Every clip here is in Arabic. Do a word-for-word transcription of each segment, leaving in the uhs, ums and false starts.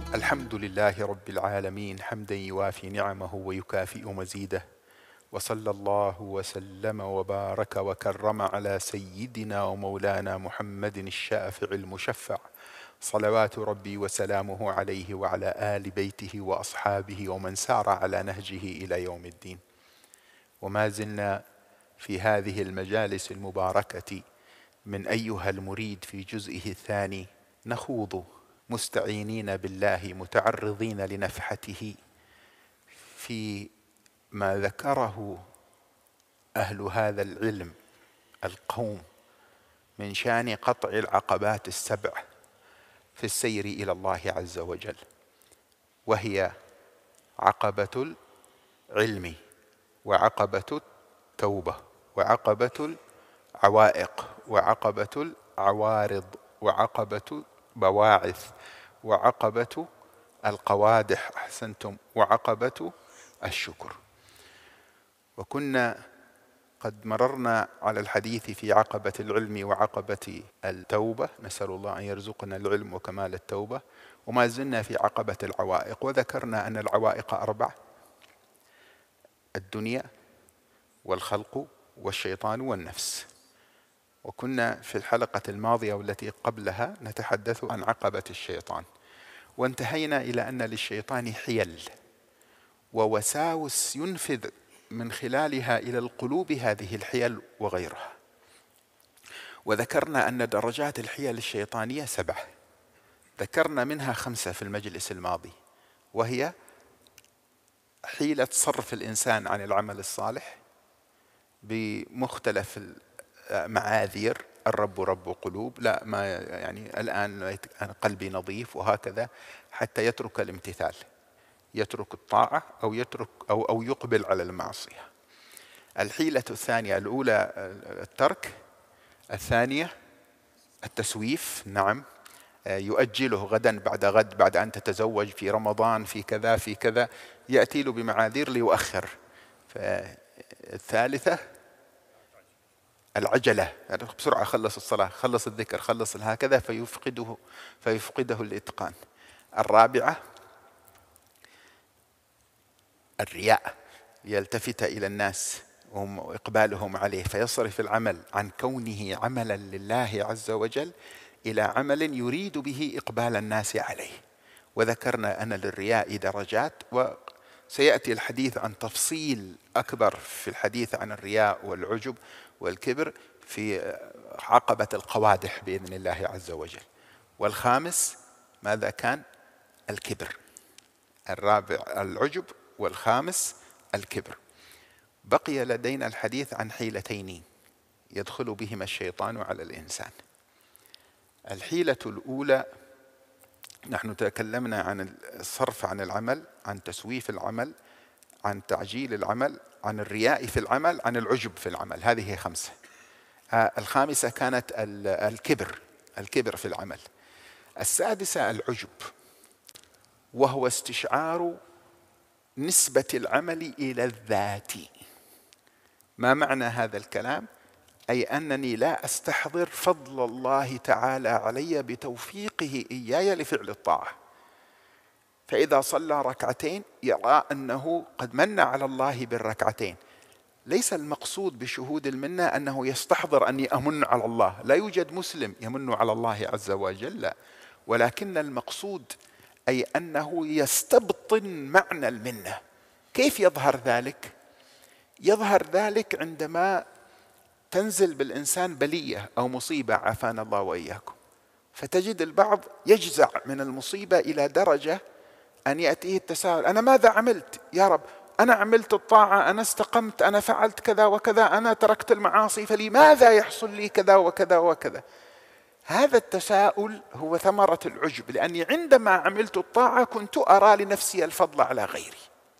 الحمد لله رب العالمين حمدا يوافي نعمه ويكافئ مزيده، وصلى الله وسلم وبارك وكرم على سيدنا ومولانا محمد الشافع المشفع، صلوات ربي وسلامه عليه وعلى آل بيته وأصحابه ومن سار على نهجه إلى يوم الدين. وما زلنا في هذه المجالس المباركة من أيها المريد في جزئه الثاني نخوض مستعينين بالله متعرضين لنفحته في ما ذكره أهل هذا العلم القوم من شأن قطع العقبات السبع في السير إلى الله عز وجل، وهي عقبة العلم وعقبة التوبة وعقبة العوائق وعقبة العوارض وعقبة البواعث وعقبة القوادح، أحسنتم، وعقبة الشكر. وكنا قد مررنا على الحديث في عقبة العلم وعقبة التوبة، نسأل الله أن يرزقنا العلم وكمال التوبة، وما زلنا في عقبة العوائق، وذكرنا أن العوائق أربع: الدنيا والخلق والشيطان والنفس. وكنا في الحلقة الماضية والتي قبلها نتحدث عن عقبة الشيطان، وانتهينا إلى أن للشيطان حيل ووساوس ينفذ من خلالها إلى القلوب هذه الحيل وغيرها. وذكرنا أن درجات الحيل الشيطانية سبعة، ذكرنا منها خمسة في المجلس الماضي، وهي حيلة صرف الإنسان عن العمل الصالح بمختلف المعاذير: الرب رب قلوب، لا ما يعني الآن قلبي نظيف، وهكذا حتى يترك الامتثال، يترك الطاعة أو يترك أو أو يقبل على المعصية. الحيلة الثانية، الأولى الترك، الثانية التسويف، نعم، يؤجله غدا بعد غد، بعد أن تتزوج، في رمضان، في كذا في كذا، يأتي له بمعاذير ليؤخر. الثالثة العجلة، بسرعة خلص الصلاة، خلص الذكر، خلص هكذا، فيفقده فيفقده الإتقان. الرابعة الرياء، يلتفت إلى الناس وإقبالهم عليه، فيصرف العمل عن كونه عملا لله عز وجل إلى عمل يريد به إقبال الناس عليه. وذكرنا أن للرياء درجات، وسيأتي الحديث عن تفصيل أكبر في الحديث عن الرياء والعجب والكبر في عقبة القوادح بإذن الله عز وجل. والخامس ماذا كان؟ الكبر. الرابع العجب، والخامس الكبر. بقي لدينا الحديث عن حيلتين يدخل بهما الشيطان على الإنسان. الحيلة الأولى، نحن تكلمنا عن الصرف عن العمل، عن تسويف العمل، عن تعجيل العمل، عن الرياء في العمل، عن العجب في العمل، هذه خمسة. الخامسة كانت الكبر، الكبر في العمل. السادسة العجب، وهو استشعار نسبة العمل إلى الذات. ما معنى هذا الكلام؟ أي أنني لا أستحضر فضل الله تعالى علي بتوفيقه إياي لفعل الطاعة. فإذا صلى ركعتين يرى أنه قد من على الله بالركعتين. ليس المقصود بشهود المنة أنه يستحضر أني أمن على الله، لا يوجد مسلم يمن على الله عز وجل، لا. ولكن المقصود أي أنه يستبطن معنى المنة. كيف يظهر ذلك؟ يظهر ذلك عندما تنزل بالإنسان بلية أو مصيبة، عافانا الله وإياكم، فتجد البعض يجزع من المصيبة إلى درجة أن يأتيه التساؤل: أنا ماذا عملت يا رب؟ أنا عملت الطاعة، أنا استقمت، أنا فعلت كذا وكذا، أنا تركت المعاصي، فلماذا يحصل لي كذا وكذا وكذا؟ هذا التساؤل هو ثمرة العجب، لأني عندما عملت الطاعة كنت أرى لنفسي الفضل على غيري.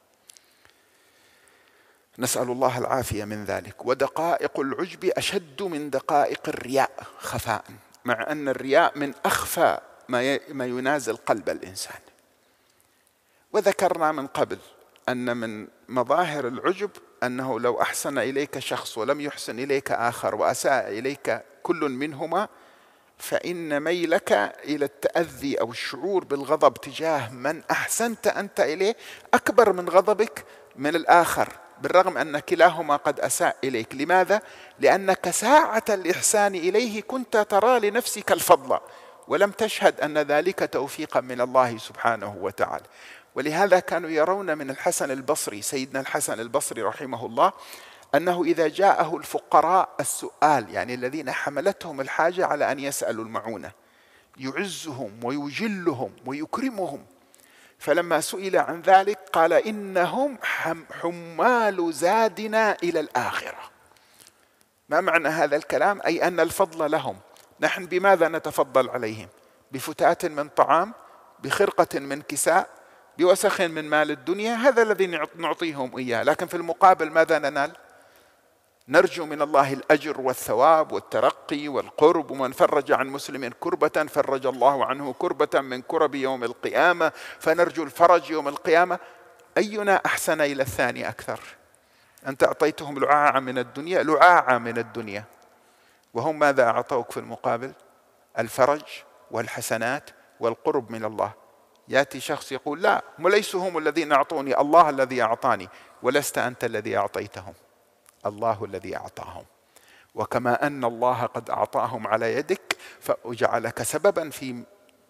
نسأل الله العافية من ذلك. ودقائق العجب أشد من دقائق الرياء خفاء، مع أن الرياء من أخفى ما ينازل قلب الإنسان. وذكرنا من قبل أن من مظاهر العجب أنه لو أحسن إليك شخص ولم يحسن إليك آخر، وأساء إليك كل منهما، فإن ميلك إلى التأذي أو الشعور بالغضب تجاه من أحسنت أنت إليه أكبر من غضبك من الآخر، بالرغم أن كلاهما قد أساء إليك. لماذا؟ لأنك ساعة الإحسان إليه كنت ترى لنفسك الفضل، ولم تشهد أن ذلك توفيقا من الله سبحانه وتعالى. ولهذا كانوا يرون من الحسن البصري، سيدنا الحسن البصري رحمه الله، أنه إذا جاءه الفقراء السؤال، يعني الذين حملتهم الحاجة على أن يسألوا المعونة، يعزهم ويجلهم ويكرمهم. فلما سئل عن ذلك قال: إنهم حمال زادنا إلى الآخرة. ما معنى هذا الكلام؟ أي أن الفضل لهم. نحن بماذا نتفضل عليهم؟ بفتاة من طعام، بخرقة من كساء، بوسخ من مال الدنيا، هذا الذي نعطيهم إياه. لكن في المقابل ماذا ننال؟ نرجو من الله الأجر والثواب والترقي والقرب. ومن فرج عن مسلم كربة فرج الله عنه كربة من كرب يوم القيامة، فنرجو الفرج يوم القيامة. أينا أحسن إلى الثاني أكثر؟ أنت أعطيتهم لعاعة من الدنيا، لعاعة من الدنيا، وهم ماذا أعطوك في المقابل؟ الفرج والحسنات والقرب من الله. يأتي شخص يقول: لا، هم ليسوا هم الذين أعطوني، الله الذي أعطاني. ولست أنت الذي أعطيتهم، الله الذي أعطاهم. وكما أن الله قد أعطاهم على يدك فجعلك سببا في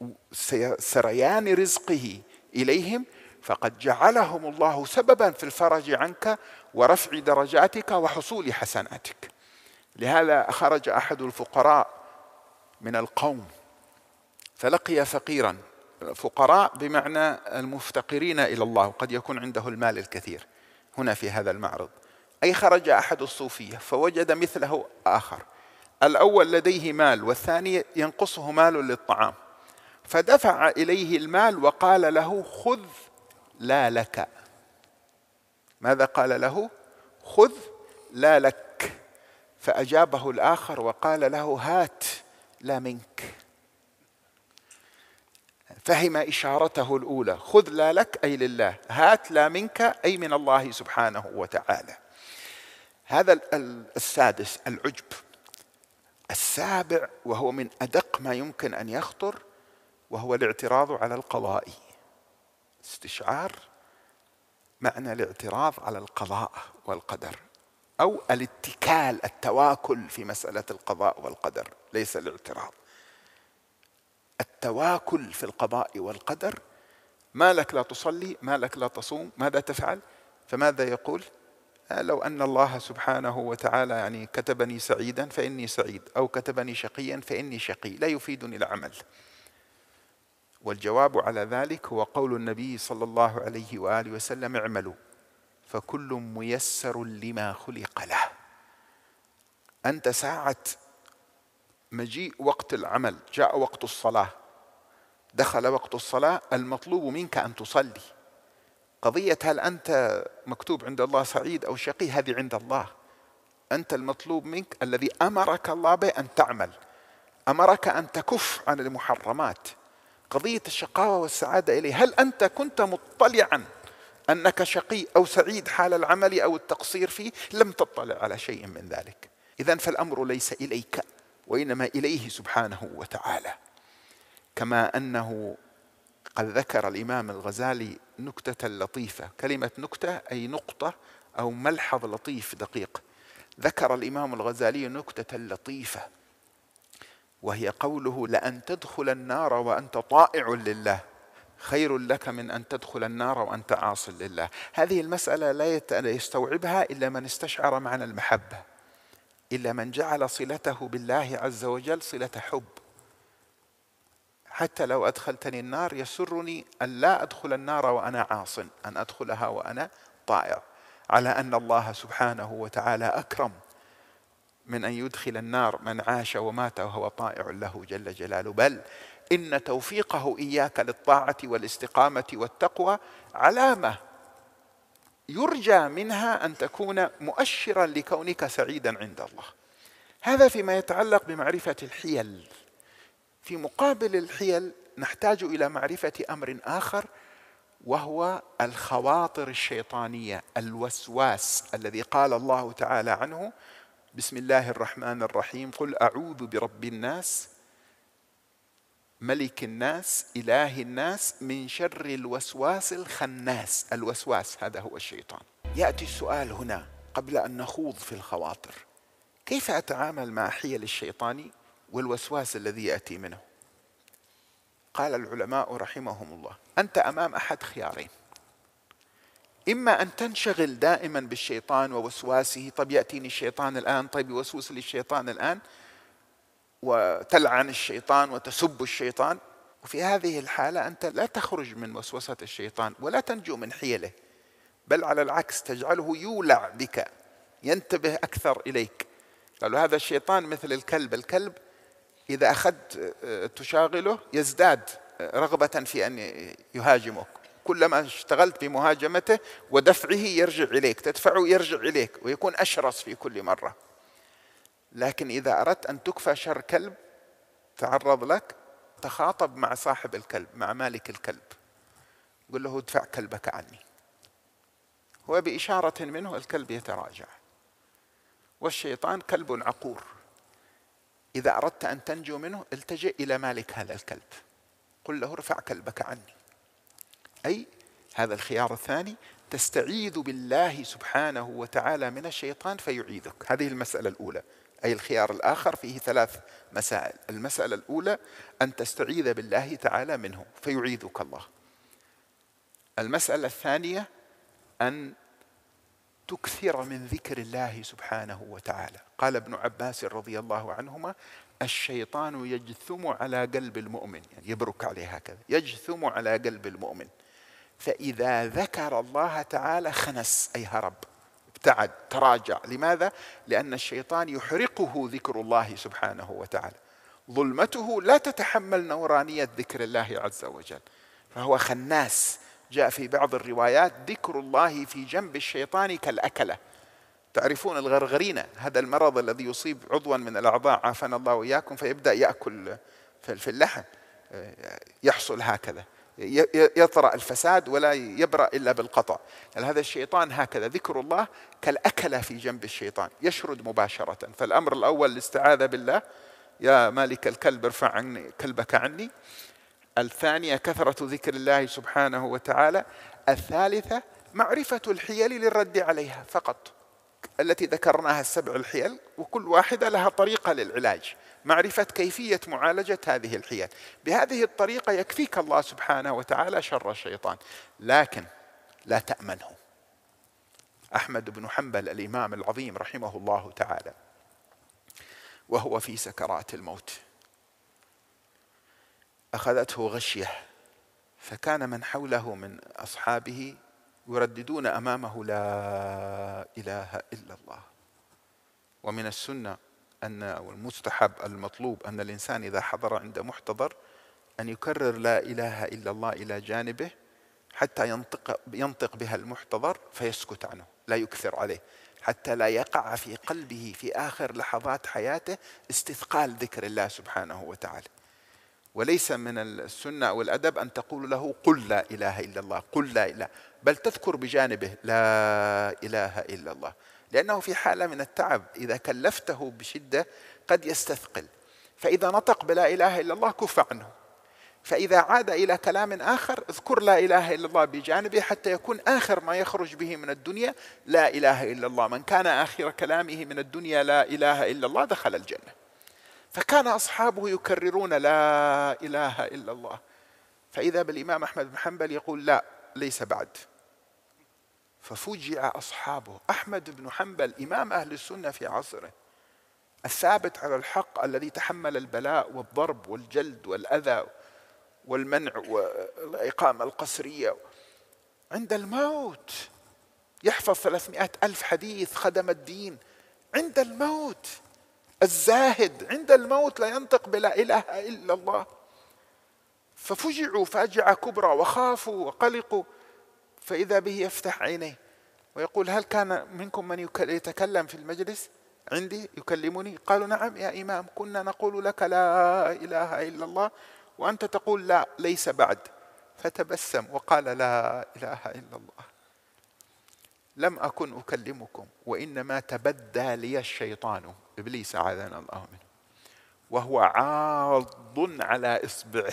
سريان رزقه إليهم، فقد جعلهم الله سببا في الفرج عنك ورفع درجاتك وحصول حسناتك. لهذا خرج أحد الفقراء من القوم فلقي فقيرا، فقراء بمعنى المفتقرين إلى الله، وقد يكون عنده المال الكثير هنا في هذا المعرض. أي خرج أحد الصوفية فوجد مثله آخر، الأول لديه مال والثاني ينقصه مال للطعام، فدفع إليه المال وقال له: خذ لا لك. ماذا قال له؟ خذ لا لك. فأجابه الآخر وقال له: هات لا منك. فهم إشارته الأولى: خذ لا لك أي لله، هات لا منك أي من الله سبحانه وتعالى. هذا السادس العجب. السابع وهو من أدق ما يمكن أن يخطر، وهو الاعتراض على القضاء. استشعار معنى الاعتراض على القضاء والقدر، أو الاتكال، التواكل في مسألة القضاء والقدر، ليس الاعتراض. التواكل في القضاء والقدر. ما لك لا تصلي، ما لك لا تصوم، ماذا تفعل؟ فماذا يقول؟ لو أن الله سبحانه وتعالى يعني كتبني سعيدا فإني سعيد، أو كتبني شقيا فإني شقي، لا يفيدني العمل. والجواب على ذلك هو قول النبي صلى الله عليه وآله وسلم: اعملوا فكل ميسر لما خلق له. أنت ساعة مجيء وقت العمل، جاء وقت الصلاة، دخل وقت الصلاة، المطلوب منك أن تصلي. قضية هل أنت مكتوب عند الله سعيد أو شقي، هذه عند الله. أنت المطلوب منك الذي أمرك الله به أن تعمل، أمرك أن تكف عن المحرمات. قضية الشقاوة والسعادة إليه، هل أنت كنت مطلعا أنك شقي أو سعيد حال العمل أو التقصير فيه؟ لم تطلع على شيء من ذلك. إذن فالأمر ليس إليك وإنما إليه سبحانه وتعالى. كما أنه قد ذكر الإمام الغزالي نكتة لطيفة. كلمة نكتة أي نقطة أو ملحظ لطيف دقيق. ذكر الإمام الغزالي نكتة لطيفة، وهي قوله: لأن تدخل النار وأنت طائع لله خير لك من أن تدخل النار وأنت عاص لله. هذه المسألة لا يستوعبها إلا من استشعر معنى المحبة، إلا من جعل صلته بالله عز وجل صلة حب. حتى لو أدخلتني النار يسرني أن لا أدخل النار وأنا عاص، أن أدخلها وأنا طائع، على أن الله سبحانه وتعالى أكرم من أن يدخل النار من عاش ومات وهو طائع له جل جلاله. بل إن توفيقه إياك للطاعة والاستقامة والتقوى علامة يرجى منها أن تكون مؤشرا لكونك سعيدا عند الله. هذا فيما يتعلق بمعرفة الحيل. في مقابل الحيل نحتاج إلى معرفة أمر آخر، وهو الخواطر الشيطانية، الوسواس الذي قال الله تعالى عنه: بسم الله الرحمن الرحيم: قل أعوذ برب الناس ملك الناس إله الناس من شر الوسواس الخناس. الوسواس هذا هو الشيطان. يأتي السؤال هنا قبل أن نخوض في الخواطر: كيف أتعامل مع حيل الشيطان والوسواس الذي يأتي منه؟ قال العلماء رحمهم الله: أنت أمام أحد خيارين، إما أن تنشغل دائما بالشيطان ووسواسه. طيب يأتيني الشيطان الآن، طيب يوسوس لي الشيطان الآن، وتلعن الشيطان وتسب الشيطان. وفي هذه الحالة أنت لا تخرج من وسوسة الشيطان ولا تنجو من حيله، بل على العكس تجعله يولع بك، ينتبه أكثر إليك. قالوا هذا الشيطان مثل الكلب، الكلب إذا أخذت تشاغله يزداد رغبة في أن يهاجمك، كلما اشتغلت بمهاجمته ودفعه يرجع إليك، تدفعه يرجع إليك ويكون أشرس في كل مرة. لكن إذا أردت أن تكفى شر كلب تعرض لك، تخاطب مع صاحب الكلب، مع مالك الكلب، قل له ادفع كلبك عني، هو بإشارة منه الكلب يتراجع. والشيطان كلب عقور، إذا أردت أن تنجو منه التجئ إلى مالك هذا الكلب، قل له ارفع كلبك عني. أي هذا الخيار الثاني، تستعيذ بالله سبحانه وتعالى من الشيطان فيعيذك. هذه المسألة الأولى. أي الخيار الآخر فيه ثلاث مسائل. المسألة الأولى أن تستعيذ بالله تعالى منه فيعيذك الله. المسألة الثانية أن تكثر من ذكر الله سبحانه وتعالى. قال ابن عباس رضي الله عنهما: الشيطان يجثم على قلب المؤمن، يعني يبرك عليه هكذا، يجثم على قلب المؤمن، فإذا ذكر الله تعالى خنس، أي هرب، ابتعد، تراجع. لماذا؟ لأن الشيطان يحرقه ذكر الله سبحانه وتعالى، ظلمته لا تتحمل نورانية ذكر الله عز وجل، فهو خناس. جاء في بعض الروايات: ذكر الله في جنب الشيطان كالأكلة. تعرفون الغرغرينة، هذا المرض الذي يصيب عضوا من الأعضاء، عافانا الله وإياكم، فيبدأ يأكل في اللحم، يحصل هكذا، يطرأ الفساد ولا يبرأ إلا بالقطع. هذا الشيطان هكذا، ذكر الله كالأكلة في جنب الشيطان، يشرد مباشرة. فالأمر الأول الاستعاذة بالله: يا مالك الكلب ارفع عني كلبك عني. الثانية كثرة ذكر الله سبحانه وتعالى. الثالثة معرفة الحيل للرد عليها فقط، التي ذكرناها السبع الحيل، وكل واحدة لها طريقة للعلاج، معرفة كيفية معالجة هذه الحيل. بهذه الطريقة يكفيك الله سبحانه وتعالى شر الشيطان، لكن لا تأمنه. أحمد بن حنبل الإمام العظيم رحمه الله تعالى وهو في سكرات الموت أخذته غشية، فكان من حوله من أصحابه يرددون أمامه: لا إله إلا الله. ومن السنة أن أو المستحب المطلوب أن الإنسان إذا حضر عند محتضر أن يكرر لا إله إلا الله إلى جانبه حتى ينطق, ينطق بها المحتضر فيسكت عنه، لا يكثر عليه، حتى لا يقع في قلبه في آخر لحظات حياته استثقال ذكر الله سبحانه وتعالى. وليس من السنة والأدب أن تقول له قل لا إله إلا الله، قل لا إله، بل تذكر بجانبه لا إله إلا الله، لأنه في حالة من التعب إذا كلفته بشدة قد يستثقل. فإذا نطق بلا إله إلا الله كف عنه، فإذا عاد إلى كلام آخر اذكر لا إله إلا الله بجانبه حتى يكون آخر ما يخرج به من الدنيا لا إله إلا الله. من كان آخر كلامه من الدنيا لا إله إلا الله دخل الجنة. فكان أصحابه يكررون لا إله إلا الله، فإذا بالإمام أحمد بن حنبل يقول لا، ليس بعد. ففوجئ أصحابه. أحمد بن حنبل إمام أهل السنة في عصره، الثابت على الحق، الذي تحمل البلاء والضرب والجلد والأذى والمنع والإقامة القسرية، عند الموت يحفظ ثلاثمائة ألف حديث، خدم الدين، عند الموت الزاهد عند الموت لا ينطق بلا إله إلا الله. ففجعوا فاجعة كبرى وخافوا وقلقوا، فإذا به يفتح عينيه ويقول: هل كان منكم من يتكلم في المجلس عندي يكلمني؟ قالوا: نعم يا إمام، كنا نقول لك لا إله إلا الله وأنت تقول لا، ليس بعد. فتبسم وقال: لا إله إلا الله، لم أكن أكلمكم، وإنما تبدى لي الشيطان، إبليس عاذنا الله منه، وهو عاض على إصبعه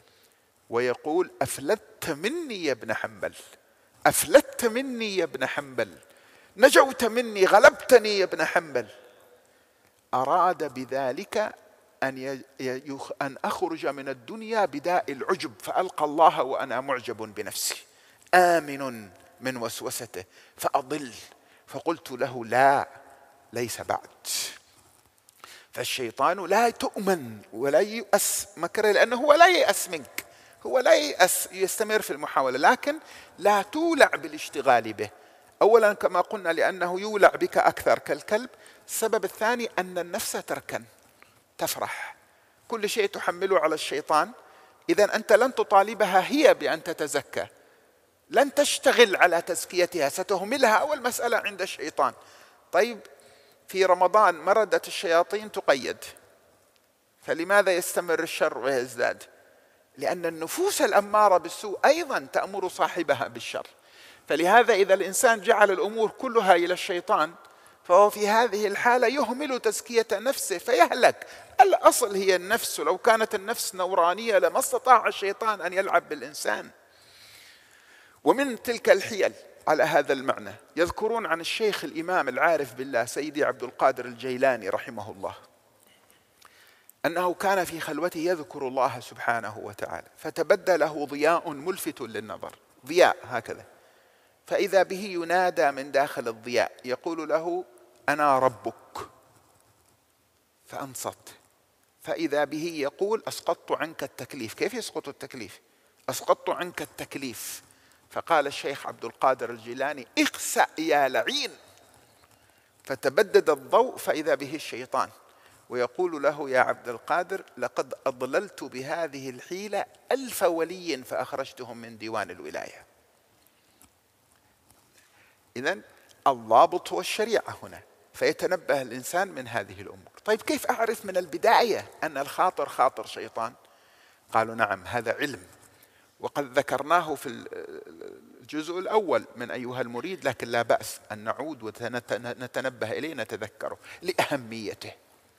ويقول أفلت مني يا ابن حنبل، أفلت مني يا ابن حنبل، نجوت مني، غلبتني يا ابن حنبل. أراد بذلك أن أن أخرج من الدنيا بداء العجب، فألقى الله وأنا معجب بنفسي آمن من وسوسته فأضل. فقلت له لا، ليس بعد. فالشيطان لا تؤمن ولا ييأس مكره، لأنه هو لا ييأس منك، هو لا ييأس، يستمر في المحاولة، لكن لا تولع بالاشتغال به. أولا كما قلنا لأنه يولع بك أكثر كالكلب. السبب الثاني أن النفس تركن، تفرح، كل شيء تحمله على الشيطان. إذن أنت لن تطالبها هي بأن تتزكى، لن تشتغل على تزكيتها، ستهملها أول مسألة عند الشيطان. طيب في رمضان مردة الشياطين تقيد، فلماذا يستمر الشر ويزداد؟ لأن النفوس الأمارة بالسوء أيضا تأمر صاحبها بالشر. فلهذا إذا الإنسان جعل الأمور كلها إلى الشيطان فهو في هذه الحالة يهمل تزكية نفسه فيهلك. الأصل هي النفس، لو كانت النفس نورانية لما استطاع الشيطان أن يلعب بالإنسان. ومن تلك الحيل على هذا المعنى يذكرون عن الشيخ الإمام العارف بالله سيدي عبد القادر الجيلاني رحمه الله أنه كان في خلوته يذكر الله سبحانه وتعالى، فتبدى له ضياء ملفت للنظر، ضياء هكذا، فإذا به ينادى من داخل الضياء يقول له أنا ربك، فأنصت، فإذا به يقول أسقطت عنك التكليف. كيف يسقط التكليف؟ أسقطت عنك التكليف. فقال الشيخ عبد القادر الجيلاني اخسأ يا لعين، فتبدد الضوء فإذا به الشيطان ويقول له يا عبد القادر لقد أضللت بهذه الحيلة ألف ولي فأخرجتهم من ديوان الولاية. إذن الضابط هو الشريعة هنا، فيتنبه الإنسان من هذه الأمور. طيب كيف أعرف من البداية أن الخاطر خاطر شيطان؟ قالوا نعم، هذا علم، وقد ذكرناه في الجزء الأول من أيها المريد، لكن لا بأس أن نعود ونتنبه إليه نتذكره لأهميته.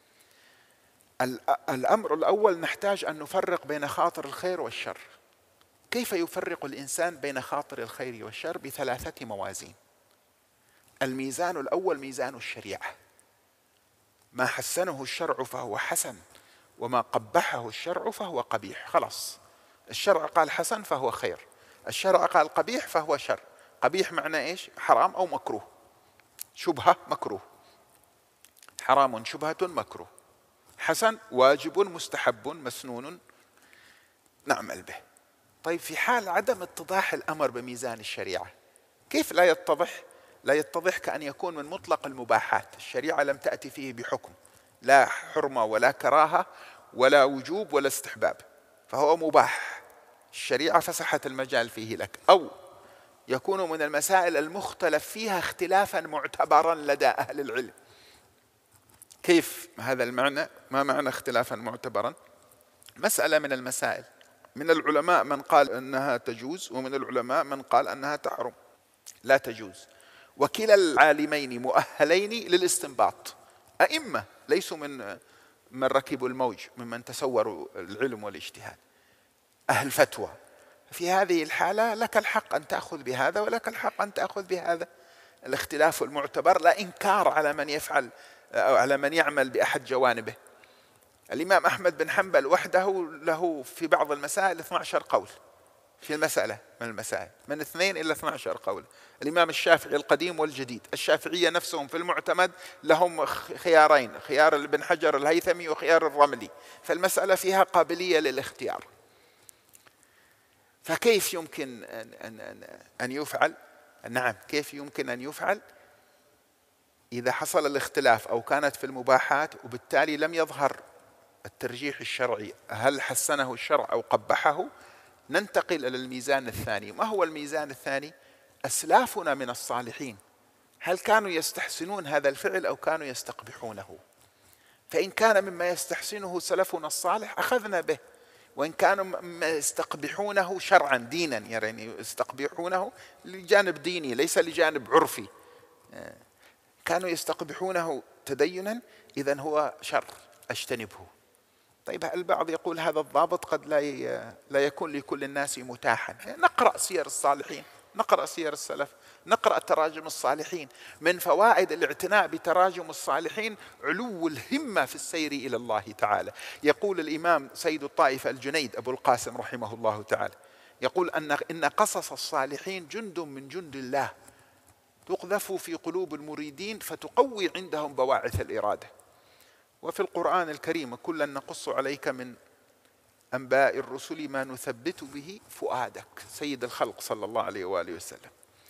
الأمر الأول نحتاج أن نفرق بين خاطر الخير والشر. كيف يفرق الإنسان بين خاطر الخير والشر؟ بثلاثة موازين. الميزان الأول ميزان الشريعة، ما حسنه الشرع فهو حسن، وما قبحه الشرع فهو قبيح. خلاص، الشرع قال حسن فهو خير، الشرع قال قبيح فهو شر. قبيح معنى إيش؟ حرام أو مكروه، شبهة مكروه، حرام شبهة مكروه، حسن واجب مستحب مسنون نعمل به. طيب في حال عدم اتضاح الأمر بميزان الشريعة، كيف لا يتضح؟ لا يتضح كأن يكون من مطلق المباحات، الشريعة لم تأتي فيه بحكم، لا حرمة ولا كراهة ولا وجوب ولا استحباب، فهو مباح، الشريعة فسحت المجال فيه لك. أو يكون من المسائل المختلف فيها اختلافا معتبرا لدى أهل العلم. كيف هذا المعنى؟ ما معنى اختلافا معتبرا؟ مسألة من المسائل، من العلماء من قال أنها تجوز، ومن العلماء من قال أنها تحرم لا تجوز، وكلا العالمين مؤهلين للاستنباط، أئمة ليسوا من من ركبوا الموج، ممن تسوروا العلم والاجتهاد، أهل فتوى. في هذه الحالة لك الحق أن تأخذ بهذا ولك الحق أن تأخذ بهذا. الاختلاف المعتبر لا إنكار على من يفعل أو على من يعمل بأحد جوانبه. الإمام أحمد بن حنبل وحده له في بعض المسائل اثني عشر قول في المسألة من المسائل، من اثنين إلى اثني عشر قول. الإمام الشافعي القديم والجديد، الشافعية نفسهم في المعتمد لهم خيارين، خيار ابن حجر الهيثمي وخيار الرملي، فالمسألة فيها قابلية للاختيار. فكيف يمكن أن, أن, أن يفعل؟ نعم، كيف يمكن أن يفعل إذا حصل الاختلاف أو كانت في المباحات وبالتالي لم يظهر الترجيح الشرعي، هل حسنه الشرع أو قبحه؟ ننتقل إلى الميزان الثاني. ما هو الميزان الثاني؟ أسلافنا من الصالحين هل كانوا يستحسنون هذا الفعل أو كانوا يستقبحونه؟ فإن كان مما يستحسنه سلفنا الصالح أخذنا به، وإن كانوا مما يستقبحونه شرعا دينا، يعني يستقبحونه لجانب ديني ليس لجانب عرفي، كانوا يستقبحونه تدينا، إذن هو شر أجتنبه. طيب البعض يقول هذا الضابط قد لا لا يكون لكل الناس متاحا. نقرأ سير الصالحين، نقرأ سير السلف، نقرأ تراجم الصالحين. من فوائد الاعتناء بتراجم الصالحين علو الهمة في السير إلى الله تعالى. يقول الإمام سيد الطائفة الجنيد أبو القاسم رحمه الله تعالى، يقول أن إن قصص الصالحين جند من جند الله تقذف في قلوب المريدين فتقوي عندهم بواعث الإرادة. وفي القرآن الكريم كلا نقص عليك من أنباء الرسل ما نثبت به فؤادك، سيد الخلق صلى الله عليه وآله وسلم.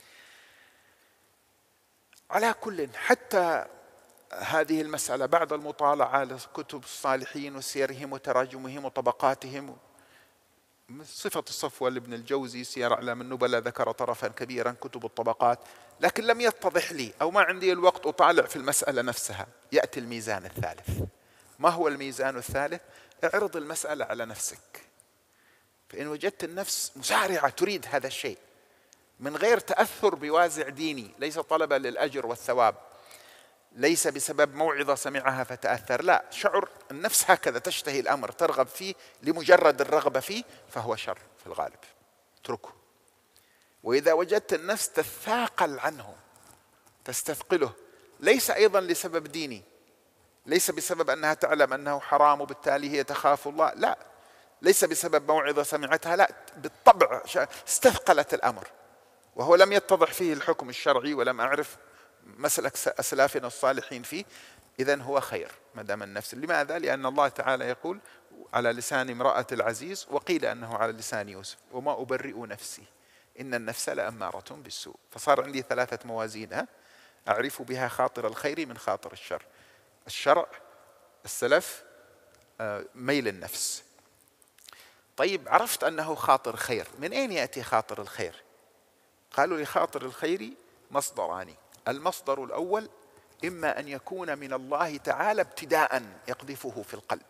على كل، حتى هذه المسألة بعد المطالعة على كتب الصالحين وسيرهم وتراجمهم وطبقاتهم، صفة الصفوة لابن الجوزي، سير أعلام النبلاء، ذكر طرفا كبيرا، كتب الطبقات، لكن لم يتضح لي أو ما عندي الوقت أطالع في المسألة نفسها. يأتي الميزان الثالث. ما هو الميزان الثالث؟ اعرض المسألة على نفسك، فإن وجدت النفس مسارعة تريد هذا الشيء من غير تأثر بوازع ديني، ليس طلبا للأجر والثواب، ليس بسبب موعظة سمعها فتأثر، لا، شعر النفس هكذا تشتهي الأمر، ترغب فيه لمجرد الرغبة فيه، فهو شر في الغالب، اتركه. وإذا وجدت النفس تثاقل عنه، تستثقله، ليس أيضا لسبب ديني، ليس بسبب أنها تعلم أنه حرام وبالتالي هي تخاف الله، لا، ليس بسبب موعظة سمعتها، لا، بالطبع استثقلت الأمر وهو لم يتضح فيه الحكم الشرعي ولم أعرف مسلك أسلافنا الصالحين فيه، إذن هو خير ما دام النفس. لماذا؟ لأن الله تعالى يقول على لسان امرأة العزيز، وقيل أنه على لسان يوسف، وما أبرئ نفسي إن النفس لأمارة بالسوء. فصار عندي ثلاثة موازين أعرف بها خاطر الخير من خاطر الشر: الشرع، السلف، ميل النفس. طيب عرفت أنه خاطر خير، من أين يأتي خاطر الخير؟ قالوا لخاطر الخير مصدران. المصدر الأول إما أن يكون من الله تعالى ابتداء يقذفه في القلب،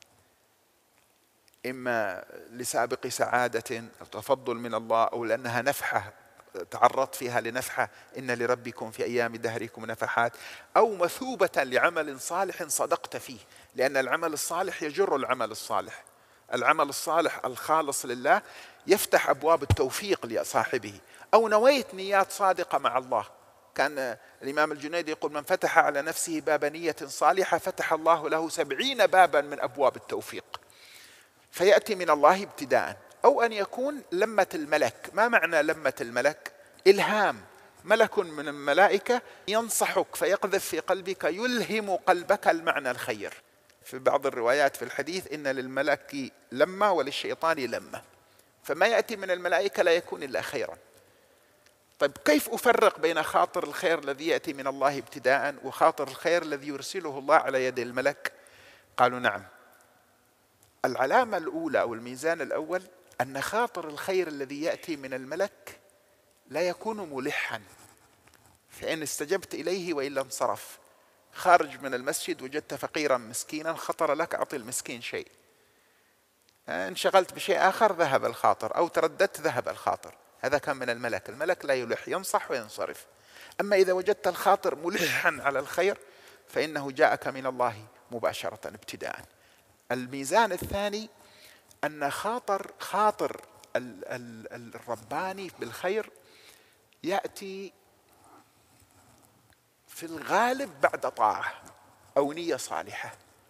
إما لسابق سعادة أو تفضل من الله، أو لأنها نفحة تعرضت فيها لنفحة، إن لربكم في أيام دهركم نفحات، أو مثوبة لعمل صالح صدقت فيه، لأن العمل الصالح يجر العمل الصالح. العمل الصالح الخالص لله يفتح أبواب التوفيق لصاحبه. أو نويت نيات صادقة مع الله. كان الإمام الجنيد يقول: من فتح على نفسه باب نية صالحة فتح الله له سبعين بابا من أبواب التوفيق. فيأتي من الله ابتداء. أو أن يكون لمة الملك. ما معنى لمة الملك؟ إلهام، ملك من الملائكة ينصحك فيقذف في قلبك، يلهم قلبك المعنى الخير. في بعض الروايات في الحديث إن للملك لمة وللشيطان لمة، فما يأتي من الملائكة لا يكون إلا خيرا. طيب كيف أفرق بين خاطر الخير الذي يأتي من الله ابتداء وخاطر الخير الذي يرسله الله على يد الملك؟ قالوا: نعم، العلامة الأولى أو الميزان الأول أن خاطر الخير الذي يأتي من الملك لا يكون ملحا، فإن استجبت إليه وإلا انصرف. خارج من المسجد وجدت فقيرا مسكينا، خطر لك أعطي المسكين شيء، انشغلت بشيء آخر ذهب الخاطر، أو ترددت ذهب الخاطر، هذا كان من الملك. الملك لا يلح، ينصح وينصرف. أما إذا وجدت الخاطر ملحا على الخير فإنه جاءك من الله مباشرة ابتداء. الميزان الثاني أن خاطر خاطر الرباني بالخير يأتي في الغالب بعد طاعة أو نية صالحة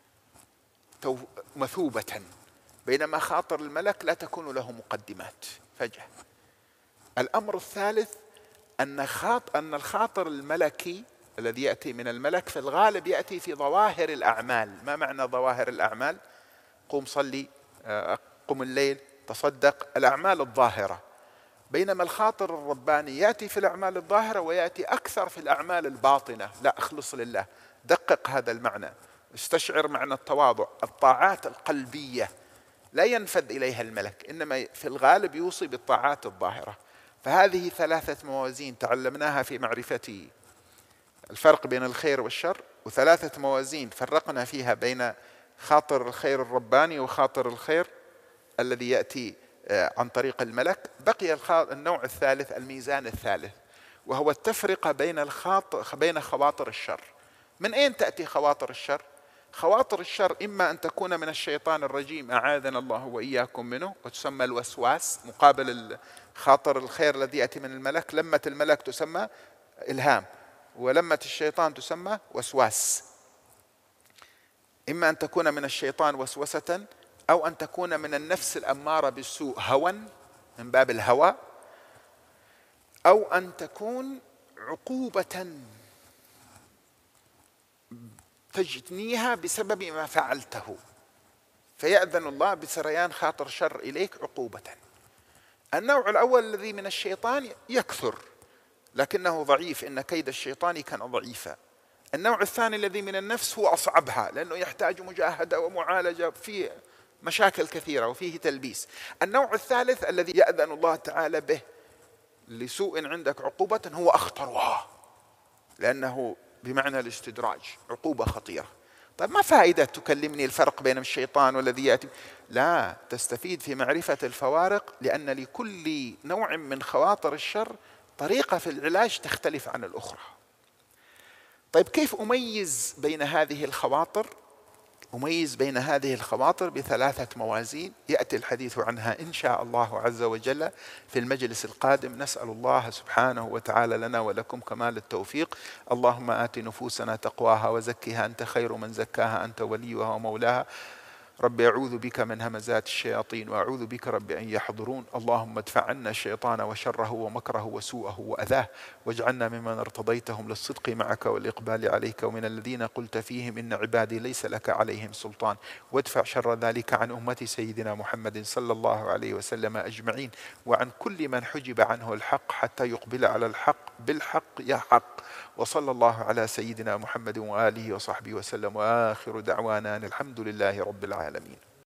مثوبة، بينما خاطر الملك لا تكون له مقدمات فجأة. الأمر الثالث أن خاطر أن الخاطر الملكي الذي يأتي من الملك في الغالب يأتي في ظواهر الأعمال. ما معنى ظواهر الأعمال؟ قم صلي، قم الليل، تصدق، الأعمال الظاهرة. بينما الخاطر الرباني يأتي في الأعمال الظاهرة ويأتي أكثر في الأعمال الباطنة. لا، أخلص لله، دقق هذا المعنى، استشعر معنى التواضع. الطاعات القلبية لا ينفذ إليها الملك، إنما في الغالب يوصي بالطاعات الظاهرة. فهذه ثلاثة موازين تعلمناها في معرفة الفرق بين الخير والشر، وثلاثة موازين فرقنا فيها بين خاطر الخير الرباني وخاطر الخير الذي يأتي عن طريق الملك. بقي النوع الثالث، الميزان الثالث، وهو التفرقة بين الخاطر بين خواطر الشر. من أين تأتي خواطر الشر؟ خواطر الشر إما أن تكون من الشيطان الرجيم أعاذنا الله وإياكم منه، وتسمى الوسواس مقابل خاطر الخير الذي يأتي من الملك. لمة الملك تسمى إلهام، ولمة الشيطان تسمى وسواس. إما أن تكون من الشيطان وسوسة، أو أن تكون من النفس الأمارة بالسوء هوى من باب الهوى، أو أن تكون عقوبة تجنيها بسبب ما فعلته، فيأذن الله بسريان خاطر شر إليك عقوبة. النوع الأول الذي من الشيطان يكثر لكنه ضعيف، إن كيد الشيطان كان ضعيفا. النوع الثاني الذي من النفس هو أصعبها، لأنه يحتاج مجاهدة ومعالجة، فيه مشاكل كثيرة وفيه تلبيس. النوع الثالث الذي يأذن الله تعالى به لسوء عندك عقوبة هو أخطرها، لأنه بمعنى الاستدراج، عقوبة خطيرة. طيب ما فائدة تكلمني الفرق بين الشيطان والذي يأتي؟ لا، تستفيد في معرفة الفوارق، لأن لكل نوع من خواطر الشر طريقة في العلاج تختلف عن الأخرى. طيب كيف أميز بين هذه الخواطر؟ أميز بين هذه الخواطر بثلاثة موازين يأتي الحديث عنها إن شاء الله عز وجل في المجلس القادم. نسأل الله سبحانه وتعالى لنا ولكم كمال التوفيق. اللهم آت نفوسنا تقواها وزكها أنت خير من زكاها أنت وليها ومولاها. رب أعوذ بك من همزات الشياطين وأعوذ بك رب أن يحضرون. اللهم ادفع عنا الشيطان وشره ومكره وسوءه وأذاه، واجعلنا ممن ارتضيتهم للصدق معك والإقبال عليك، ومن الذين قلت فيهم إن عبادي ليس لك عليهم سلطان. وادفع شر ذلك عن أمة سيدنا محمد صلى الله عليه وسلم أجمعين، وعن كل من حجب عنه الحق حتى يقبل على الحق بالحق يا حق. وصلى الله على سيدنا محمد وآله وصحبه وسلم، وآخر دعوانا الحمد لله رب العالمين.